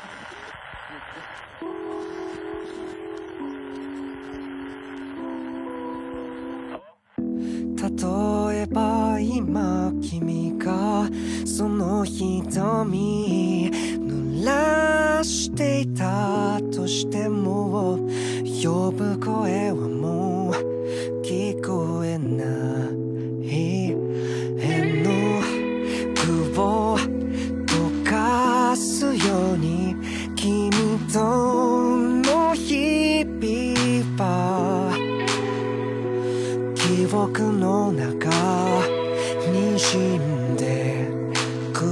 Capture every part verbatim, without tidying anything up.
例えば今君がその瞳濡らしていたとしても呼ぶ声はもう聞こえない絵の具を溶かすように君との日々は記憶の中に染んでく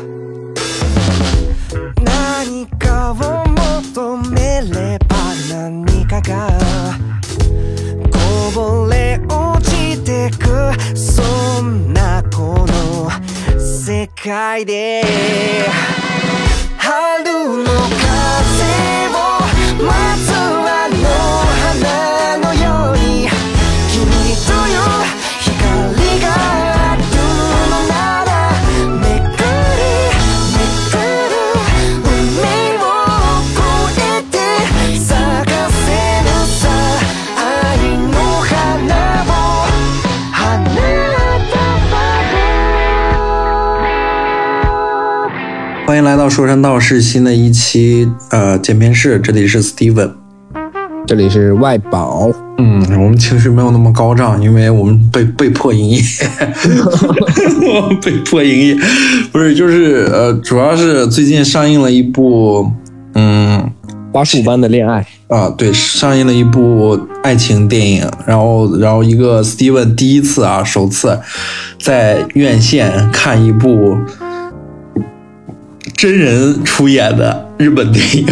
何かを求めれば何かがこぼれ落ちてくそんなこの世界で春の風を待つあの花のように君という光があるのならめくりめくる海を越えて探せるさ愛の花を花束的。欢迎来到说山道士新的一期呃见面室，这里是 Steven， 这里是外宝。 嗯，我们情绪没有那么高涨，因为我们被被迫营业，被迫营业，不是就是呃，主要是最近上映了一部嗯花束般的恋爱啊，对，上映了一部爱情电影，然后然后一个 Steven 第一次啊，首次在院线看一部真人出演的日本电影。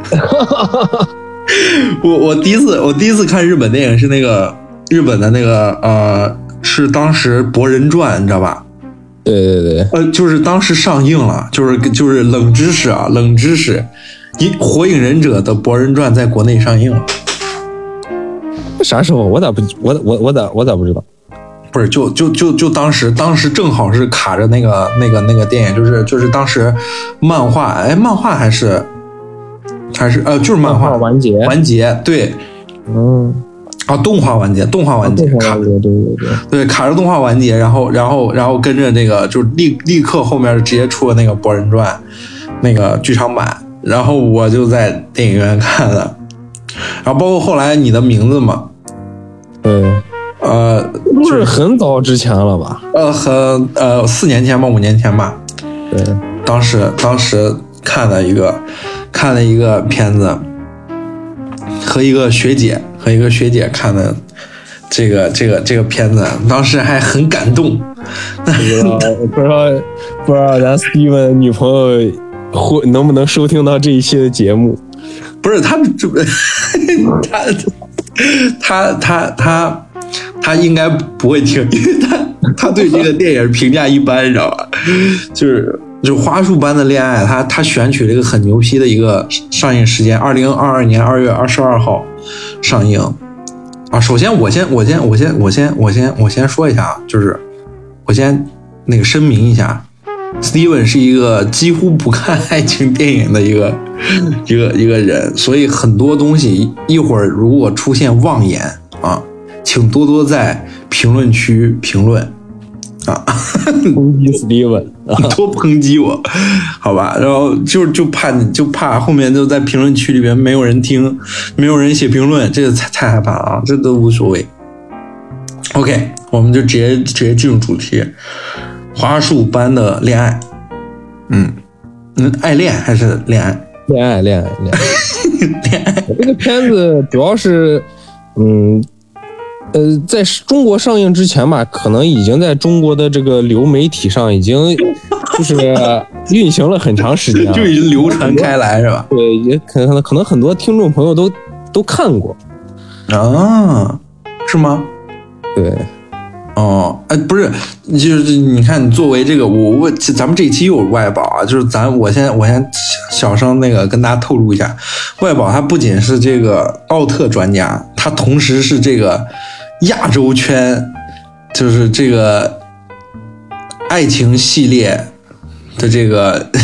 我我第一次我第一次看日本电影是那个日本的那个呃是当时《博人传》你知道吧？ 对对对， 呃就是当时上映了，就是就是冷知识啊冷知识，《火影忍者》的《博人传》在国内上映了。 啥时候？我咋不我我我咋我咋不知道？ 不是就就就就当时当时正好是卡着那个那个那个电影，就是就是当时漫画哎漫画还是。还是呃，就是漫画完结完结，对， 嗯， 啊，动画完结，动画完结， 啊、卡，对对对对， 对，卡着动画完结，然后然后然后跟着这个，就立立刻后面直接出了那个《博人传》那个剧场版，然后我就在电影院看的，然后包括后来你的名字嘛， 对， 呃， 不是很早之前了吧？ 呃，很呃四年前吧，五年前吧， 对， 当时当时看了一个。看了一个片子，和一个学姐和一个学姐看的这个这个这个片子，当时还很感动。 不知道不知道不知道咱 Steven 女朋友会能不能收听到这一期的节目？ 不是他这他他他他他应该不会听，因为他他对这个电影评价一般，你知道吧？就是就花束般的恋爱，他他选取了一个很牛批的一个上映时间，二零二二年二月二十二号上映啊。首先我先我先我先我先我先我先说一下啊，就是我先那个声明一下 ，Steven 是一个几乎不看爱情电影的一个一个一个人，所以很多东西一会儿如果出现妄言啊，请多多在评论区评论。啊， 抨击 Steven， 多抨击我，好吧？然后就就怕就怕后面就在评论区里边没有人听，没有人写评论，这个太太害怕了啊！这都无所谓。OK， 我们就直接直接进入主题，花束般的恋爱。嗯嗯，爱恋还是恋爱？ 恋爱，恋爱，恋爱， 恋爱。 这个片子主要是，嗯。呃，在中国上映之前吧，可能已经在中国的这个流媒体上已经就是运行了很长时间了， 就已经流传开来是吧？ 对，也可能可能很多听众朋友都都看过啊，是吗？ 对， 哦，哎，不是，就是你看，你作为这个我我咱们这一期又有外保啊，就是咱我先我先小声那个跟大家透露一下，外保他不仅是这个奥特专家，他同时是这个。亚洲圈就是这个爱情系列的这个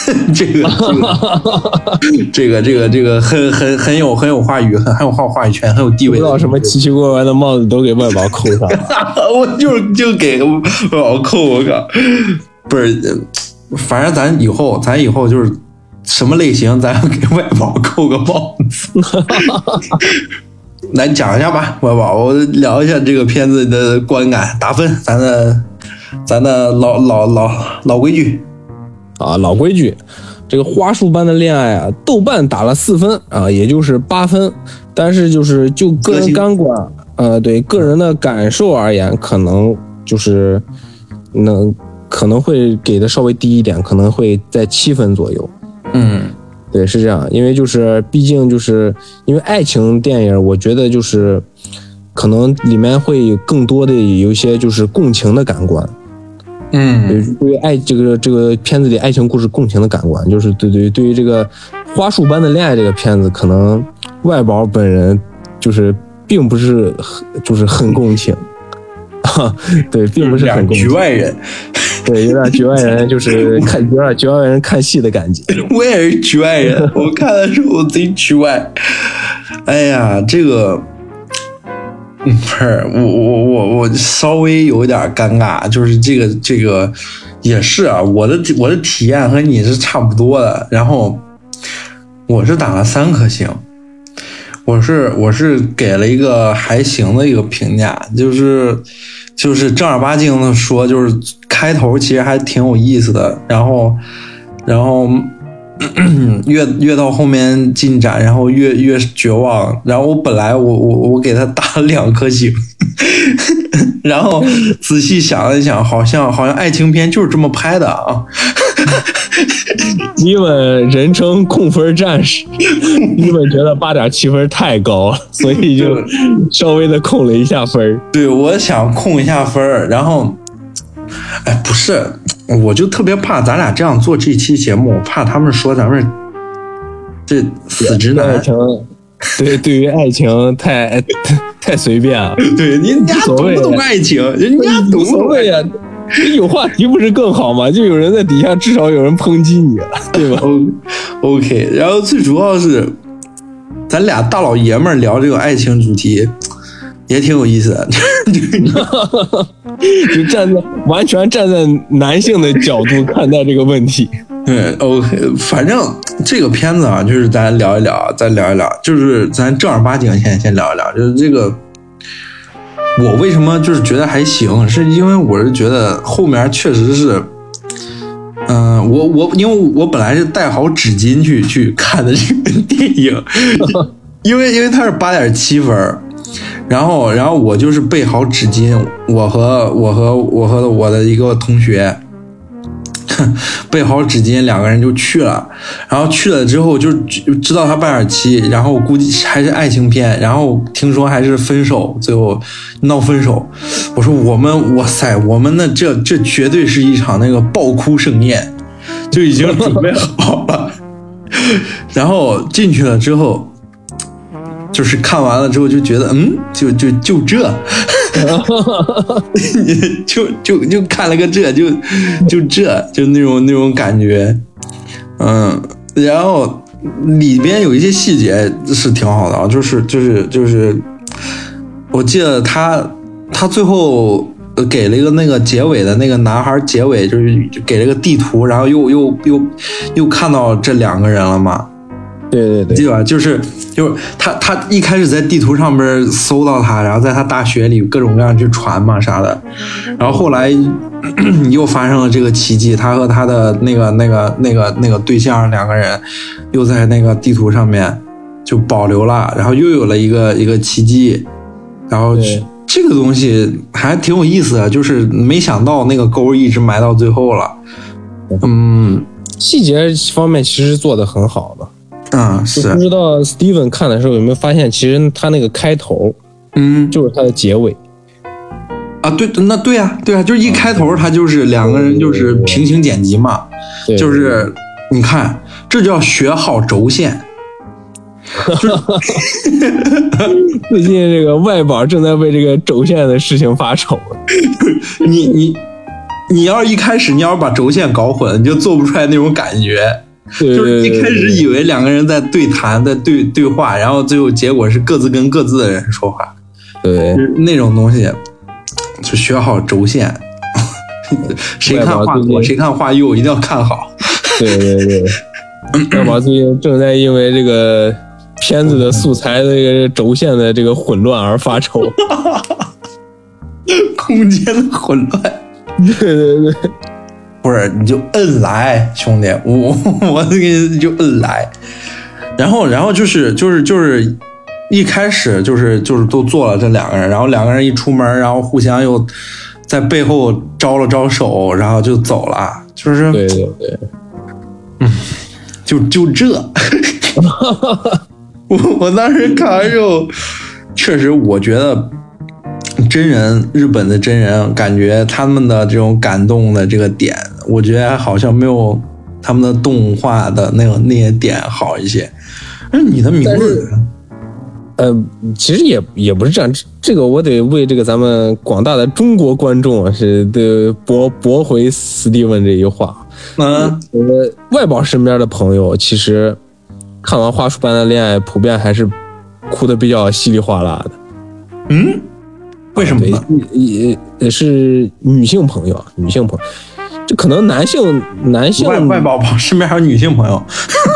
这个这个这个这个很很很有很有话语，很很有话话语权，很有地位。 不知道什么奇奇怪怪的帽子都给外宝扣上， 我就就给外宝扣，我靠，不是，反正咱以后咱以后就是什么类型，咱要给外宝扣个帽子。来讲一下吧，外宝，我聊一下这个片子的观感，打分，咱的咱的老老老老规矩啊，老规矩，这个花束般的恋爱啊，豆瓣打了四分啊，也就是八分，但是就是就个人感官，呃，对个人的感受而言，可能就是能可能会给的稍微低一点，可能会在七分左右。 嗯。 对，是这样，因为就是毕竟就是因为爱情电影，我觉得就是可能里面会有更多的有一些就是共情的感官。 嗯， 对，对于爱这个这个片子里爱情故事共情的感官，就是对对对于这个花束般的恋爱这个片子，可能外宝本人就是并不是就是很共情。对，并不是很共情。 局外人。 对，有点局外人，就是看有点局外人看戏的感觉。 我也是局外人，我看的时候我贼局外。哎呀，这个，不是我我我我稍微有点尴尬，就是这个这个也是啊，我的我的体验和你是差不多的。然后我是打了三颗星，我是我是给了一个还行的一个评价，就是就是正儿八经的说，就是开头其实还挺有意思的，然后然后越越到后面进展，然后越越绝望。然后我本来我我我给他打了两颗星，然后仔细想了想，好像好像爱情片就是这么拍的啊。 伊文人称控分战士，伊文觉得八点七分太高了，所以就稍微的控了一下分。 对，我想控一下分，然后，哎，不是，我就特别怕咱俩这样做这期节目，我怕他们说咱们这死直男。 对，对于爱情太太太随便了。 对，人家懂不懂爱情？人家懂不懂呀？有话题不是更好吗？就有人在底下，至少有人抨击你了，对吧 ？OK， 然后最主要是，咱俩大老爷们儿聊这个爱情主题，也挺有意思的。 就站在完全站在男性的角度看待这个问题。 对 ，OK， 反正这个片子啊，就是咱聊一聊，再聊一聊，就是咱正儿八经先先聊一聊，就是这个。我为什么就是觉得还行，是因为我是觉得后面确实是，嗯、呃，我我因为我本来是带好纸巾去去看的这个电影，因为因为它是八点七分，然后然后我就是备好纸巾，我和我和我和我的一个同学。备好纸巾，两个人就去了。然后去了之后就知道他八点七，然后估计还是爱情片，然后听说还是分手，最后闹分手。我说我们，哇塞，我们那这这绝对是一场那个爆哭盛宴，就已经准备好了。然后进去了之后，就是看完了之后就觉得，嗯，就就就这。就就就看了个这就就这就那种那种感觉，嗯，然后里边有一些细节是挺好的啊，就是就是就是，我记得他他最后给了一个那个结尾的那个男孩结尾，就是给了个地图，然后又又又又看到这两个人了嘛。 对对对， 对吧？就是就是他他一开始在地图上边搜到他，然后在他大学里各种各样去传嘛啥的，然后后来又发生了这个奇迹，他和他的那个那个那个那个对象两个人又在那个地图上面就保留了，然后又有了一个一个奇迹，然后这个东西还挺有意思的，就是没想到那个钩一直埋到最后了。嗯， 细节方面其实做得很好的。 嗯，是。 不知道 Steven 看的时候有没有发现，其实他那个开头， 嗯， 就是他的结尾。 啊，对，那对啊，对啊，就是一开头他就是两个人就是平行剪辑嘛，就是你看，这叫学好轴线。 最近这个外宝正在为这个轴线的事情发愁。 你你你要一开始你要是把轴线搞混，你就做不出来那种感觉。 对就是一开始以为两个人在对谈，在对对话，然后最后结果是各自跟各自的人说话。 对， 那种东西就学好轴线。谁看画左，谁看画右，一定要看好。 对对对，要不然最近正在因为这个片子的素材的这个轴线的这个混乱而发愁。 空间的混乱。 对对对， 不是，你就摁来，兄弟，我我给你就摁来。然后然后就是就是就是一开始就是就是都做了这两个人，然后两个人一出门，然后互相又在背后招了招手，然后就走了，就是对对对， 嗯，就就这。我我当时看完之后，确实我觉得真人日本的真人，感觉他们的这种感动的这个点，我觉得好像没有他们的动画的那种那些点好一些。那你的名字？ 呃，其实也也不是这样，这个我得为这个咱们广大的中国观众啊，是得驳驳回史蒂文这句话。 嗯， 我们外宝身边的朋友，其实看完《花束般的恋爱》，普遍还是哭得比较稀里哗啦的。 嗯，为什么呢？ 也也是女性朋友，女性朋友。这可能男性男性外外宝宝身边还有女性朋友。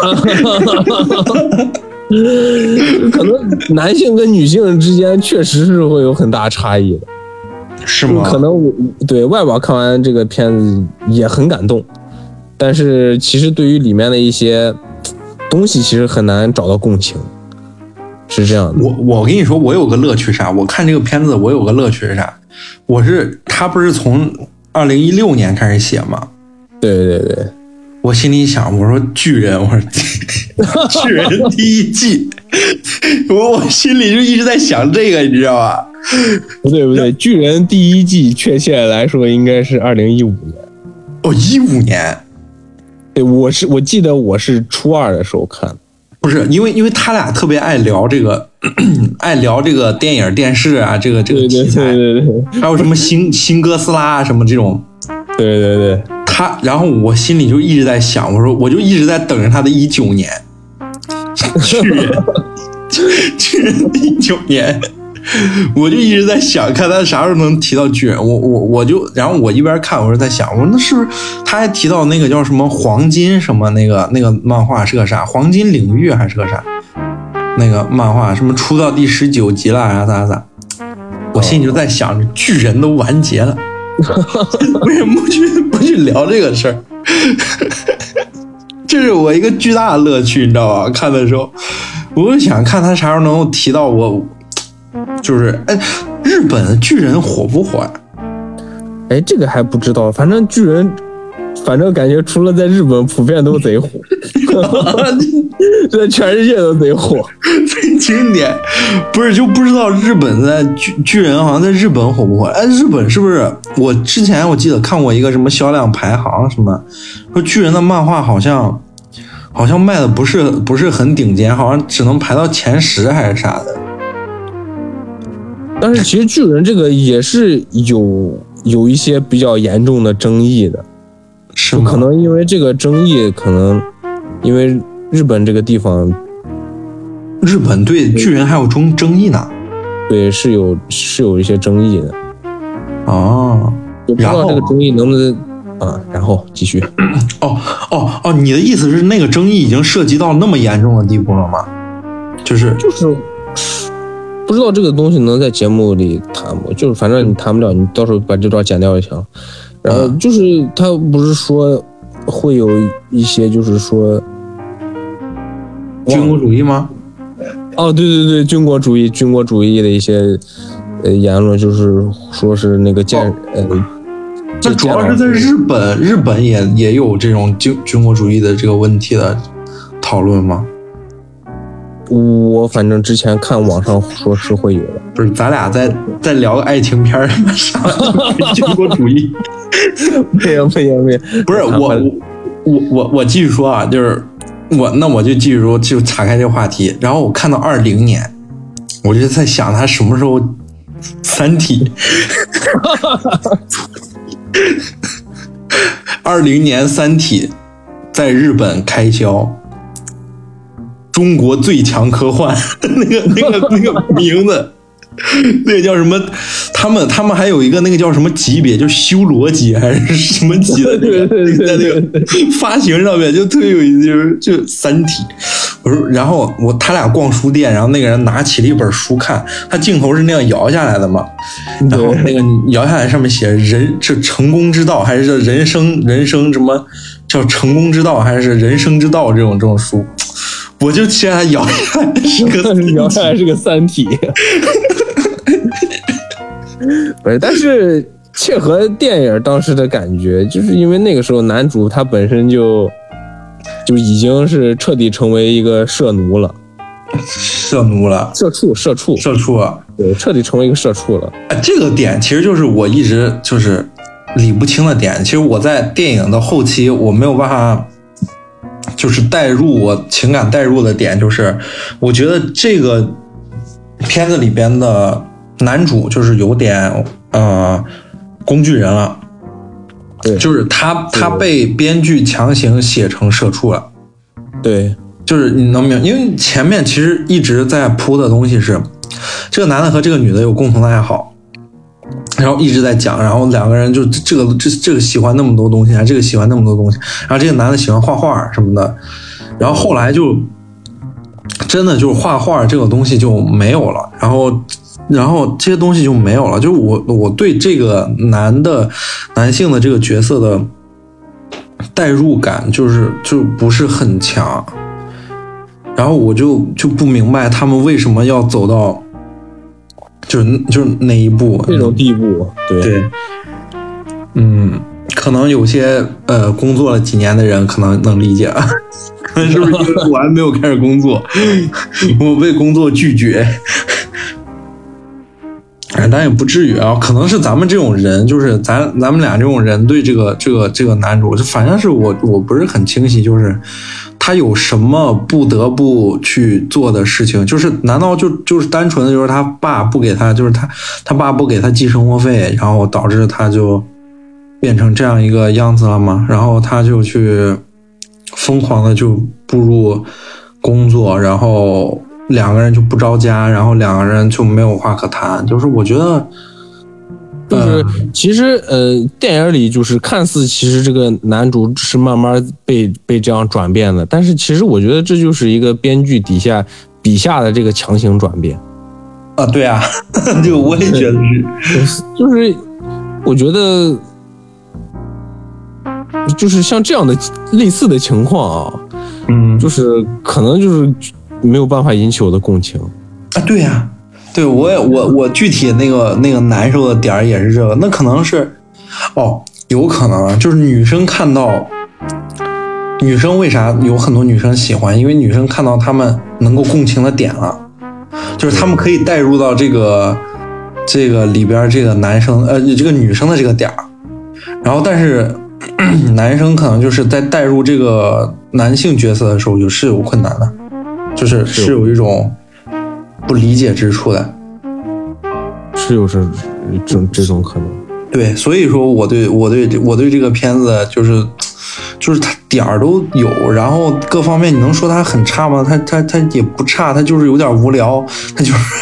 可能男性跟女性之间确实是会有很大差异的， 是吗？ 可能我对外宝看完这个片子也很感动，但是其实对于里面的一些东西，其实很难找到共情，是这样的。 我我跟你说，我有个乐趣啥？我看这个片子，我有个乐趣是啥？我是他不是从二零一六年开始写吗？ 对对对。 我心里想，我说巨人，我说巨人第一季，我我心里就一直在想这个，你知道吧？ 不对不对，巨人第一季确切来说应该是二零一五年。 哦，一五年。 对，我是我记得我是初二的时候看的。 不是，因为因为他俩特别爱聊这个，爱聊这个电影、电视啊，这个这个题材， 对对对对， 还有什么新新哥斯拉啊什么这种。 对对对。 他，然后我心里就一直在想，我说我就一直在等着他的一九年，巨人，巨人一九年，我就一直在想，看他啥时候能提到巨人。我我我就，然后我一边看，我就在想，我说那是不是他还提到那个叫什么黄金什么那个那个漫画是个啥？黄金领域还是个啥？那个漫画什么出到第十九集了，啥啥啥？我心里就在想着，巨人都完结了。为什么不去不去聊这个事儿？这是我一个巨大的乐趣，你知道吧？看的时候，我就想看他啥时候能够提到我，就是哎，日本巨人火不火呀？ 哎，这个还不知道，反正巨人，反正感觉除了在日本，普遍都贼火，在全世界都贼火， 最经典。不是就不知道日本在巨巨人好像在日本火不火？哎，日本是不是？我之前我记得看过一个什么销量排行什么，说巨人的漫画好像好像卖的不是不是很顶尖，好像只能排到前十还是啥的。 但是其实巨人这个也是有有一些比较严重的争议的， 是吗？ 可能因为这个争议，可能因为日本这个地方， 日本对巨人还有争争议呢。 对，是有是有一些争议的。 哦， 不知道这个争议能不能啊？然后继续。 哦哦哦，你的意思是那个争议已经涉及到那么严重的地步了吗？就是就是不知道这个东西能在节目里谈不？就是反正你谈不了，你到时候把这段剪掉就行。然后就是他不是说会有一些就是说军国主义吗？ 哦，对对对，军国主义、军国主义的一些呃言论，就是说是那个建、哦、呃， 这主要是在日本，日本也也有这种军军国主义的这个问题的讨论吗？ 我反正之前看网上说是会有的。 不是，咱俩在在聊个爱情片啥军国主义？ 没有没有没有， 不是我我我我继续说啊，就是我那我就继续说，就岔开这个话题。然后我看到二零年，我就在想他什么时候《三体》 二零年《三体》在日本开销，中国最强科幻那个那个那个名字，那个叫什么？他们他们还有一个那个叫什么级别，就修罗级还是什么级的？那个在那个发行上面就特别有意思，就是就《三体》。我说，然后我他俩逛书店，然后那个人拿起了一本书看，他镜头是那样摇下来的嘛，然后那个摇下来上面写人是成功之道，还是人生人生什么叫成功之道，还是人生之道这种这种书，我就现在摇下来是个摇下来是个三体。不是，但是切合电影当时的感觉，就是因为那个时候男主他本身就就已经是彻底成为一个社奴了， 社奴了， 社畜，社畜， 社畜啊， 对，彻底成为一个社畜了。 啊，这个点其实就是我一直就是理不清的点。其实我在电影的后期，我没有办法就是带入我情感带入的点，就是我觉得这个片子里边的男主就是有点呃工具人了。 对， 就是他他被编剧强行写成社畜了。 对， 就是你能明，因为前面其实一直在铺的东西是，这个男的和这个女的有共同的爱好，然后一直在讲，然后两个人就这个这这个喜欢那么多东西，这个喜欢那么多东西，然后这个男的喜欢画画什么的，然后后来就真的就是画画这个东西就没有了，然后。然后这些东西就没有了，就是我我对这个男的男性的这个角色的代入感就是就不是很强，然后我就就不明白他们为什么要走到就是就是那一步这种地步。对对，嗯，可能有些呃工作了几年的人可能能理解，可能是不是因为我还没有开始工作，我被工作拒绝。但也不至于啊，可能是咱们这种人，就是咱咱们俩这种人对这个这个这个男主，就反正是我我不是很清晰，就是他有什么不得不去做的事情，就是难道就就是单纯的就是他爸不给他，就是他他爸不给他寄生活费，然后导致他就变成这样一个样子了吗？然后他就去疯狂的就步入工作，然后。两个人就不着家，然后两个人就没有话可谈，就是我觉得， 就是其实呃，电影里就是看似其实这个男主是慢慢被被这样转变的，但是其实我觉得这就是一个编剧底下笔下的这个强行转变啊，对啊，这个我也觉得是，就是我觉得就是像这样的类似的情况啊， 嗯， 就是可能就是。没有办法引起我的共情啊！对呀、啊，对我也我我具体那个那个难受的点儿也是这个，那可能是哦，有可能就是女生看到女生为啥有很多女生喜欢？因为女生看到他们能够共情的点了，就是他们可以带入到这个这个里边这个男生呃这个女生的这个点儿，然后但是男生可能就是在带入这个男性角色的时候就是有困难的。就是是有一种不理解之处的， 是有这这种这种可能。 对，所以说我对我对我对这个片子就是就是它点儿都有，然后各方面你能说它很差吗？它它它也不差，它就是有点无聊，它就是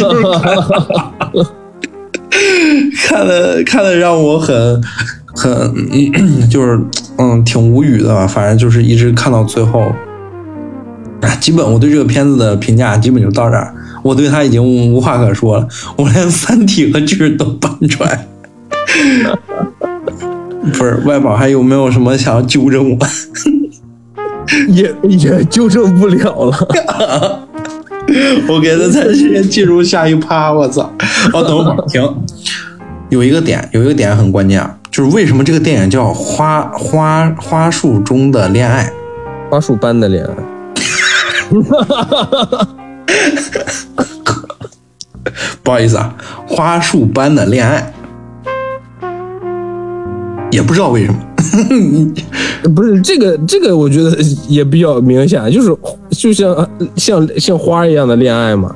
看的看的让我很很就是嗯挺无语的吧，反正就是一直看到最后。基本我对这个片子的评价基本就到这儿，我对他已经无话可说了，我连三体和巨人都搬出来。不是外宝还有没有什么想要纠正我？ 也也纠正不了了。 我给他咱先进入下一趴，我操！哦，等会儿停，有一个点，有一个点很关键啊，就是为什么这个电影叫花花花束中的恋爱， 花束般的恋爱。 不好意思啊，花束般的恋爱，也不知道为什么。 不是这个，这个我觉得也比较明显，就是就像像像花一样的恋爱嘛。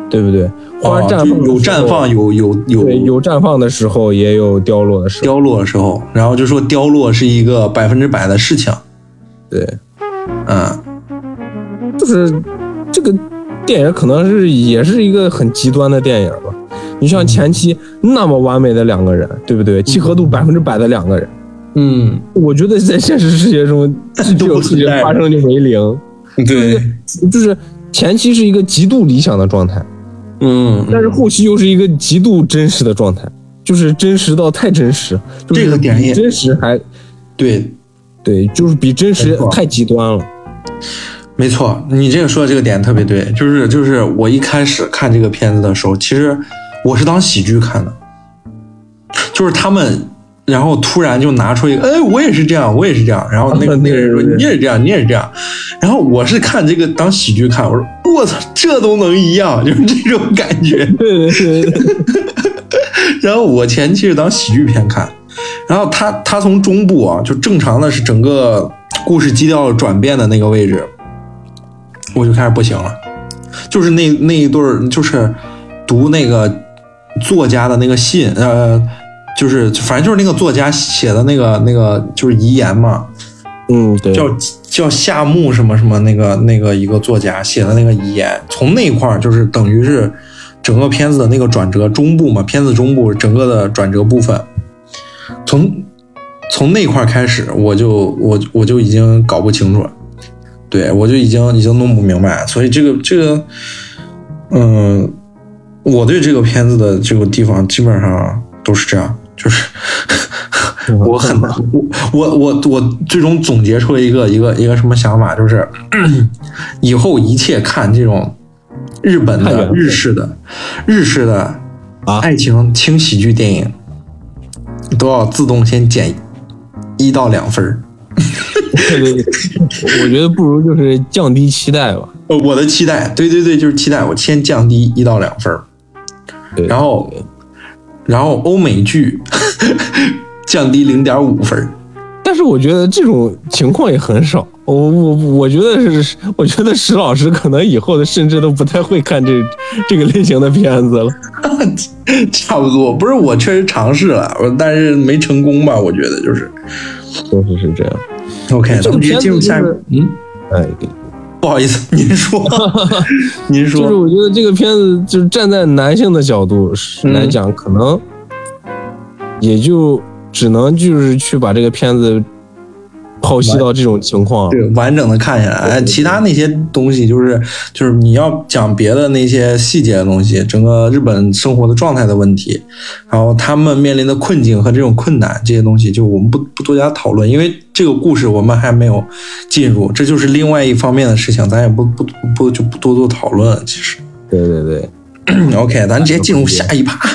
对不对？花绽放、 哦、有绽放，有有有对有绽放的时候，也有凋落的时候。 凋落的时候，然后就说凋落是一个百分之百的事情。 对， 嗯， 就是这个电影可能是也是一个很极端的电影吧。你像前期那么完美的两个人，对不对？契合度百分之百的两个人， 嗯， 我觉得在现实世界中这种事情发生就为零。 对， 就是前期是一个极度理想的状态， 嗯， 但是后期又是一个极度真实的状态，就是真实到太真实，就是这个点也真实还对对，就是比真实太极端了。 没错，你这个说的这个点特别对，就是就是我一开始看这个片子的时候，其实我是当喜剧看的，就是他们，然后突然就拿出一个，哎，我也是这样，我也是这样，然后那个那个人说你也是这样，你也是这样，然后我是看这个当喜剧看，我说我操，这都能一样，就是这种感觉。 对对对。 然后我前期是当喜剧片看，然后他他从中部啊，就正常的是整个故事基调转变的那个位置，我就开始不行了，就是那那一对儿，就是读那个作家的那个信，呃，就是反正就是那个作家写的那个那个就是遗言嘛， 嗯，对， 叫叫夏目什么什么那个那个一个作家写的那个遗言，从那一块就是等于是整个片子的那个转折中部嘛，片子中部整个的转折部分，从从那块开始，我就我我就已经搞不清楚了，对我就已经已经弄不明白，所以这个这个，嗯，我对这个片子的这个地方基本上都是这样，就是我很难，我我我我最终总结出了一个一个一个什么想法，就是以后一切看这种日本的日式的日式的爱情轻喜剧电影，都要自动先减一到两分。 对对对，我觉得不如就是降低期待吧。 呃，我的期待，对对对，就是期待，我先降低一到两分，然后然后欧美剧降低零点五分。 但是我觉得这种情况也很少，我我我觉得是，我觉得石老师可能以后的甚至都不太会看这这个类型的片子了。 差不多，不是我确实尝试了，但是没成功吧？我觉得就是， 确实是这样。 OK， 这个片子就是， 嗯， 哎， 不好意思，您说，您说， 就是我觉得这个片子就是站在男性的角度来讲，嗯、可能也就。只能就是去把这个片子剖析到这种情况， 对，完整的看下来。其他那些东西就是就是你要讲别的那些细节的东西，整个日本生活的状态的问题，然后他们面临的困境和这种困难这些东西，就我们不不多加讨论，因为这个故事我们还没有进入，这就是另外一方面的事情，咱也不不不就不多做讨论了。其实， 对对对 ，OK， 咱直接进入下一趴，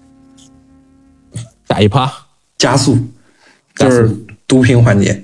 下一趴。 加速，就是读评环节。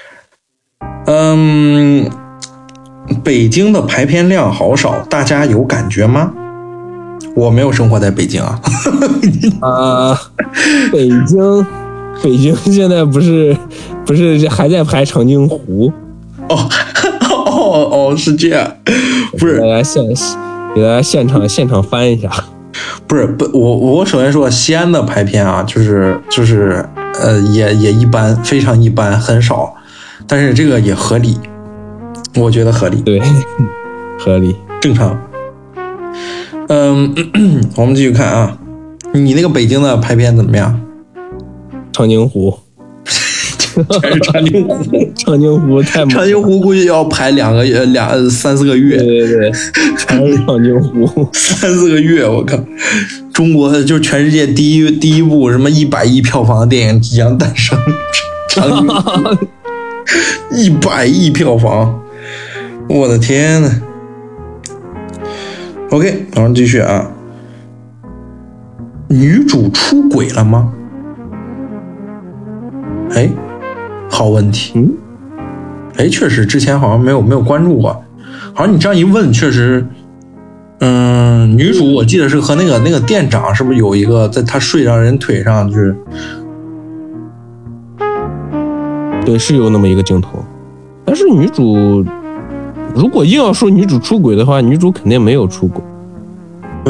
嗯，北京的排片量好少，大家有感觉吗？我没有生活在北京啊。 啊，北京，北京现在不是不是还在排长津湖？ 哦哦哦，是这样，不是？ 给大家现给大家现场现场翻一下。 不是不，我我首先说西安的排片啊，就是就是呃也也一般，非常一般，很少，但是这个也合理，我觉得合理， 对，合理正常。嗯，我们继续看啊，你那个北京的排片怎么样？ 长津湖， 全是长津湖， 长津湖太长津湖估计要排两个月两三四个月， 对对对，全是长津湖， 三四个月，我靠！中国就全世界第一第一部什么一百亿票房的电影即将诞生，长津湖一百亿票房，我的天呐 ！OK， 然后继续啊，女主出轨了吗？哎。好问题， 嗯， 哎，确实之前好像没有没有关注过，好像你这样一问，确实，嗯，女主我记得是和那个那个店长是不是有一个在他睡上人腿上，就是对，是有那么一个镜头，但是女主如果硬要说女主出轨的话，女主肯定没有出轨，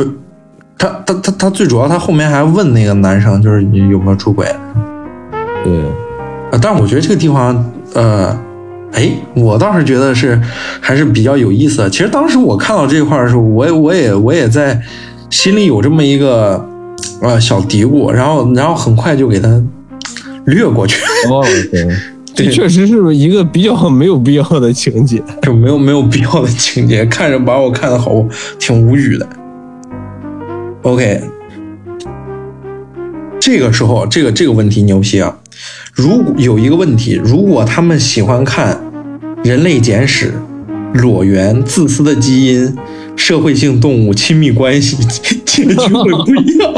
他他他他最主要，他后面还问那个男生，就是你有没有出轨？ 对， 呃，但是我觉得这个地方，呃，哎，我倒是觉得是还是比较有意思的。其实当时我看到这一块的时候，我也我也我也在心里有这么一个呃小嘀咕，然后然后很快就给他略过去。 哦，对。这确实是一个比较没有必要的情节， 就没有没有必要的情节，看着把我看得好挺无语的。OK， 这个时候这个这个问题牛批啊！如果有一个问题，如果他们喜欢看《人类简史》、裸猿、自私的基因、社会性动物、亲密关系，结局会不一样。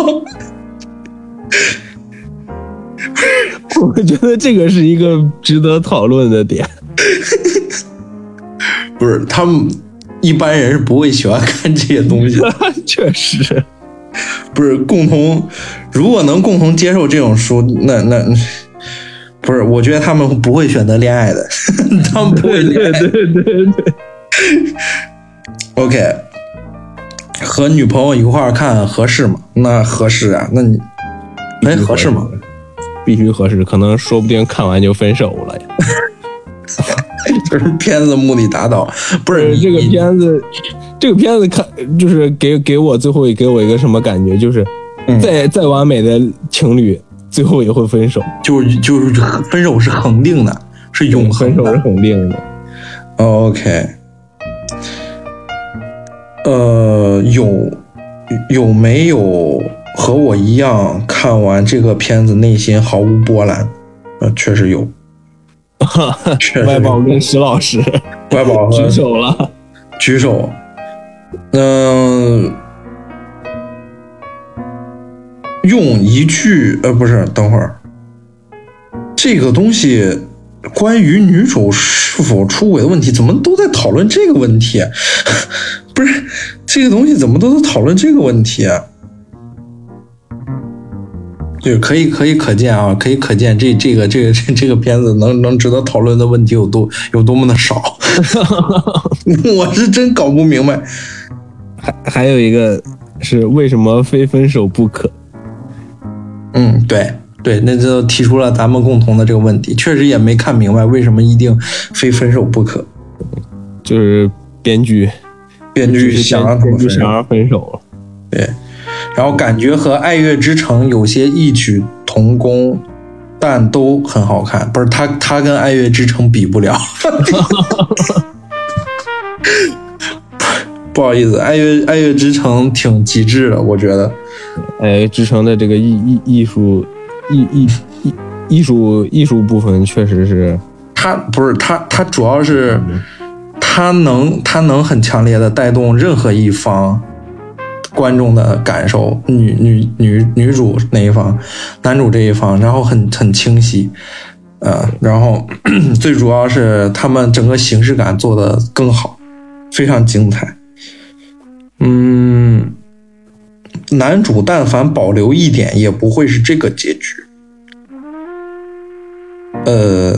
我觉得这个是一个值得讨论的点。 不是，他们一般人是不会喜欢看这些东西的。 确实， 不是共同，如果能共同接受这种书，那那不是，我觉得他们不会选择恋爱的，他们不会恋爱。 对对对对对。 OK， 和女朋友一块儿看合适吗？那合适啊，那你哎合适吗？ 必须合适，可能说不定看完就分手了呀。 就是片子目的达到，不是这个片子，这个片子看就是给给我最后也给我一个什么感觉，就是再、嗯、再完美的情侣最后也会分手， 就是就是分手是恒定的，是永恒的， 分手是恒定的。 OK， 呃，有有没有？和我一样看完这个片子内心毫无波澜，呃，确实有。 外宝跟石老师， 外宝举手了， 举手。嗯、呃，用一句呃不是，等会儿，这个东西关于女主是否出轨的问题，怎么都在讨论这个问题？不是，这个东西怎么都在讨论这个问题啊？对，可以可以可见啊，可以可见这这个这个这这个片子能能值得讨论的问题有多有多么的少，我是真搞不明白。 还还有一个是为什么非分手不可？ 嗯，对对，那就提出了咱们共同的这个问题，确实也没看明白为什么一定非分手不可。 就是编剧， 编剧想让他们分手， 想让分手了。 对。然后感觉和《爱乐之城》有些异曲同工，但都很好看。不是他，他跟《爱乐之城》比不了。不好意思，《爱乐爱乐之城》挺极致的，我觉得。《 爱乐之城》的这个艺艺艺术艺艺艺艺术艺术部分确实是， 他不是他他主要是他能他能很强烈的带动任何一方观众的感受，女女女女主那一方，男主这一方，然后很很清晰，呃，然后最主要是他们整个形式感做得更好，非常精彩。嗯，男主但凡保留一点，也不会是这个结局。呃，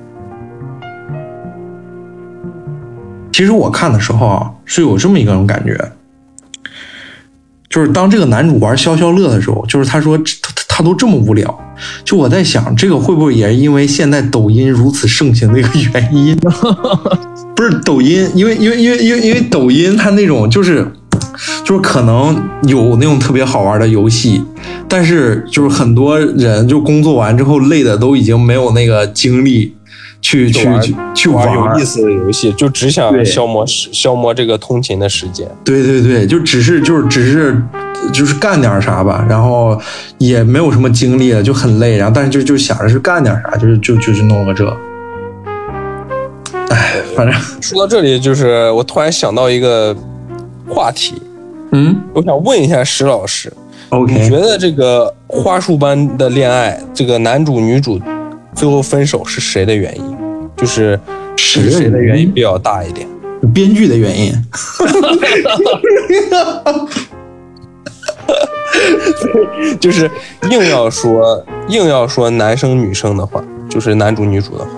其实我看的时候啊，是有这么一种感觉。就是当这个男主玩消消乐的时候，就是他说他他都这么无聊，就我在想，这个会不会也是因为现在抖音如此盛行的一个原因？不是抖音，因为因为因为因为因为抖音它那种就是就是可能有那种特别好玩的游戏，但是就是很多人就工作完之后累的都已经没有那个精力去去去去玩有意思的游戏，就只想消磨消磨这个通勤的时间。 对对对，就只是就是只是就是干点啥吧，然后也没有什么精力了，就很累，然后但是就就想着是干点啥，就是就就是弄个这。哎，反正说到这里，就是我突然想到一个话题， 嗯， 我想问一下石老师 ，OK， 你觉得这个花束般的恋爱，这个男主女主最后分手是谁的原因？就是是谁的原因比较大一点？ 编剧的原因。 就是硬要说硬要说男生女生的话，就是男主女主的话，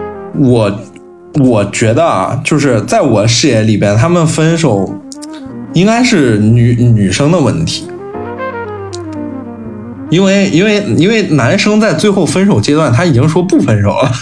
我我觉得啊，就是在我视野里边，他们分手， 应该是女女生的问题，因为因为因为男生在最后分手阶段他已经说不分手了。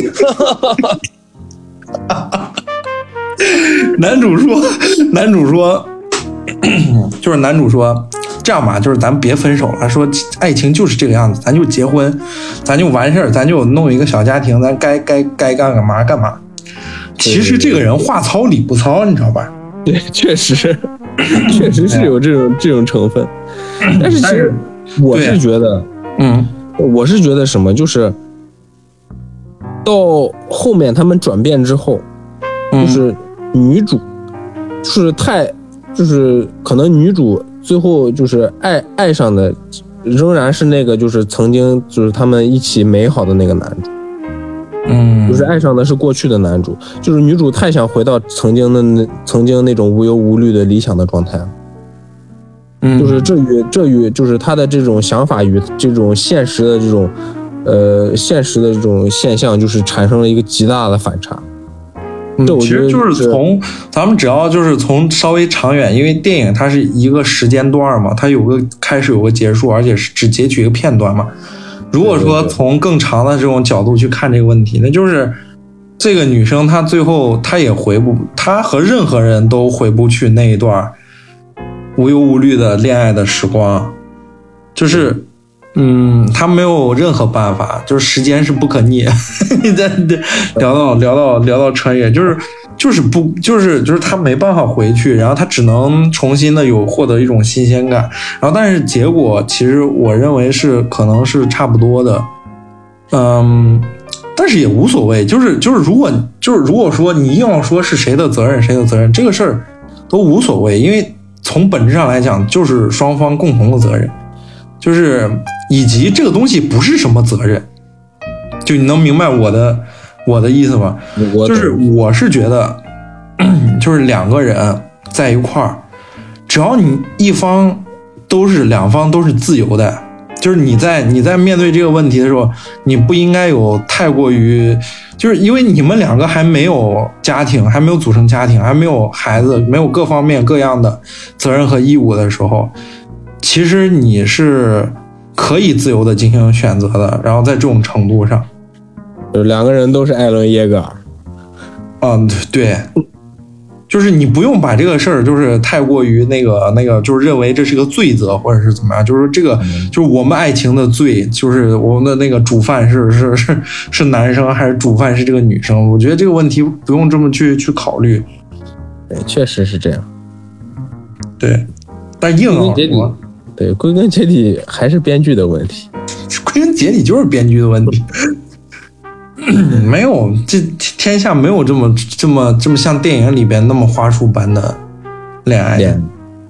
男主说，男主说，就是男主说，这样吧，就是咱别分手了，说爱情就是这个样子，咱就结婚，咱就完事儿，咱就弄一个小家庭，咱该该该干干嘛干嘛。其实这个人话糙理不糙，你知道吧？ 对，确实，确实是有这种这种成分。但是其实我是觉得， 嗯， 我是觉得什么，就是到后面他们转变之后，就是女主，就是太，就是可能女主最后就是爱爱上的，仍然是那个就是曾经就是他们一起美好的那个男主。 嗯， 就是爱上的是过去的男主，就是女主太想回到曾经的那曾经那种无忧无虑的理想的状态了。 嗯， 就是这与这与就是她的这种想法与这种现实的这种呃现实的这种现象，就是产生了一个极大的反差。这我其实就是从咱们只要就是从稍微长远，因为电影它是一个时间段嘛，它有个开始有个结束，而且是只截取一个片段嘛。如果说从更长的这种角度去看这个问题，那就是这个女生她最后她也回不，她和任何人都回不去那一段无忧无虑的恋爱的时光，就是嗯，她没有任何办法，就是时间是不可逆。你在聊到聊到聊到穿越，就是就是不就是就是她没办法回去，然后她只能重新的有获得一种新鲜感，然后但是结果其实我认为是可能是差不多的，嗯，但是也无所谓，就是就是如果就是如果说你硬要说是谁的责任谁的责任，这个事儿都无所谓，因为从本质上来讲就是双方共同的责任，就是以及这个东西不是什么责任，就你能明白我的我的意思吗？就是我是觉得，就是两个人在一块儿，只要你一方都是两方都是自由的，就是你在你在面对这个问题的时候，你不应该有太过于，就是因为你们两个还没有家庭，还没有组成家庭，还没有孩子，没有各方面各样的责任和义务的时候，其实你是可以自由的进行选择的。然后在这种程度上， 就两个人都是艾伦耶格尔。 嗯，对，就是你不用把这个事儿就是太过于那个那个，就是认为这是个罪责或者是怎么样，就是这个就是我们爱情的罪，就是我们的那个主犯是是是是男生还是主犯是这个女生？我觉得这个问题不用这么去去考虑。 对，确实是这样。 对，但硬啊， 对，归根结底还是编剧的问题。 归根结底就是编剧的问题。没有，这天下没有这么这么这么像电影里边那么花束般的恋爱的，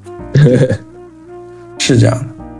是这样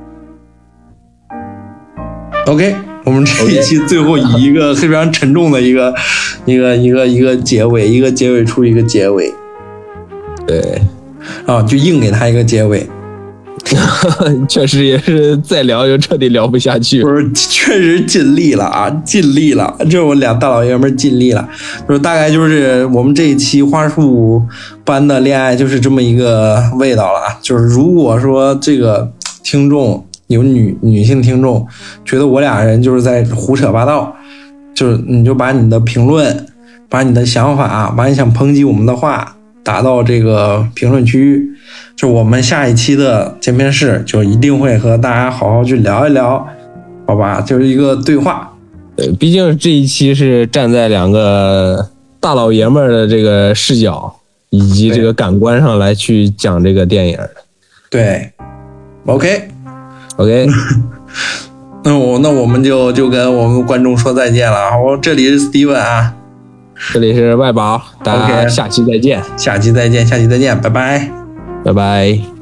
的。OK， 我们这一期最后以一个非常沉重的一个一个一个一个结尾，一个结尾处一个结尾。 对， 啊，就硬给他一个结尾。 确实也是再聊就彻底聊不下去， 不是，确实尽力了啊，尽力了，这我俩大老爷们尽力了，就是大概就是我们这一期花束般的恋爱就是这么一个味道了啊。就是如果说这个听众有女女性听众觉得我俩人就是在胡扯八道，就是你就把你的评论，把你的想法，把你想抨击我们的话打到这个评论区，就我们下一期的见面室就一定会和大家好好去聊一聊，好吧，就是一个对话。 对，毕竟这一期是站在两个大老爷们儿的这个视角以及这个感官上来去讲这个电影。 对 OK OK 那我那我们就就跟我们观众说再见了。我这里是 Steven 啊， 这里是外宝，大家下期再见。 下期再见，下期再见，拜拜， 拜拜。